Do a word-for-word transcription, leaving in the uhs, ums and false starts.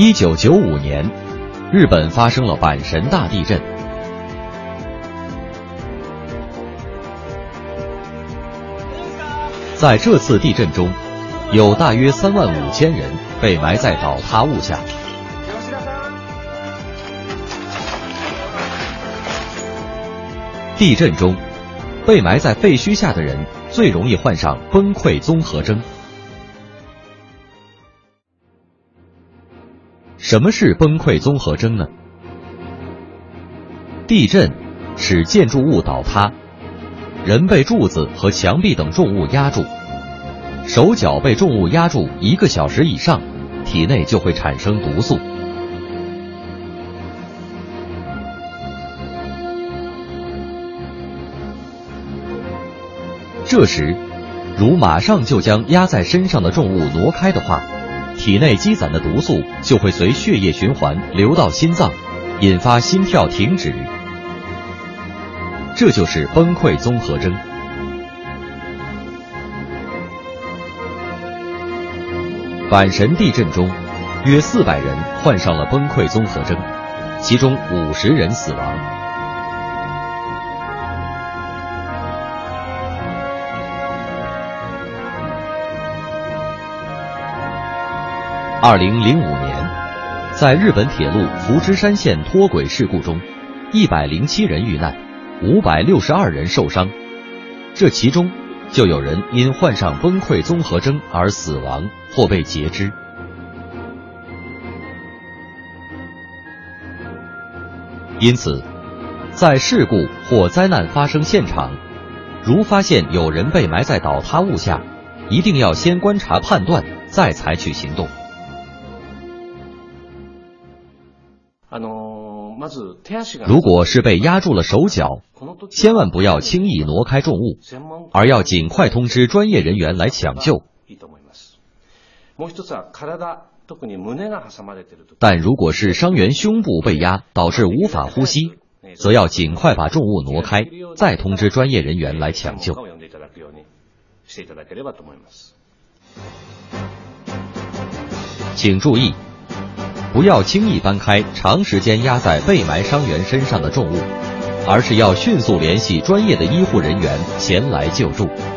一九九五年，日本发生了阪神大地震。在这次地震中，有大约三万五千人被埋在倒塌物下。地震中，被埋在废墟下的人最容易患上崩溃综合征。什么是崩溃综合征呢？地震使建筑物倒塌，人被柱子和墙壁等重物压住，手脚被重物压住一个小时以上，体内就会产生毒素。这时，如马上就将压在身上的重物挪开的话，体内积攒的毒素就会随血液循环流到心脏，引发心跳停止。这就是崩溃综合征。阪神地震中，约四百人患上了崩溃综合征，其中五十人死亡。二零零五年，在日本铁路福知山线脱轨事故中，一百零七人遇难，五百六十二人受伤，这其中就有人因患上崩溃综合征而死亡或被截肢。因此，在事故或灾难发生现场，如发现有人被埋在倒塌物下，一定要先观察判断，再采取行动。如果是被压住了手脚，千万不要轻易挪开重物，而要尽快通知专业人员来抢救。但如果是伤员胸部被压，导致无法呼吸，则要尽快把重物挪开，再通知专业人员来抢救。请注意，不要轻易搬开长时间压在被埋伤员身上的重物，而是要迅速联系专业的医护人员前来救助。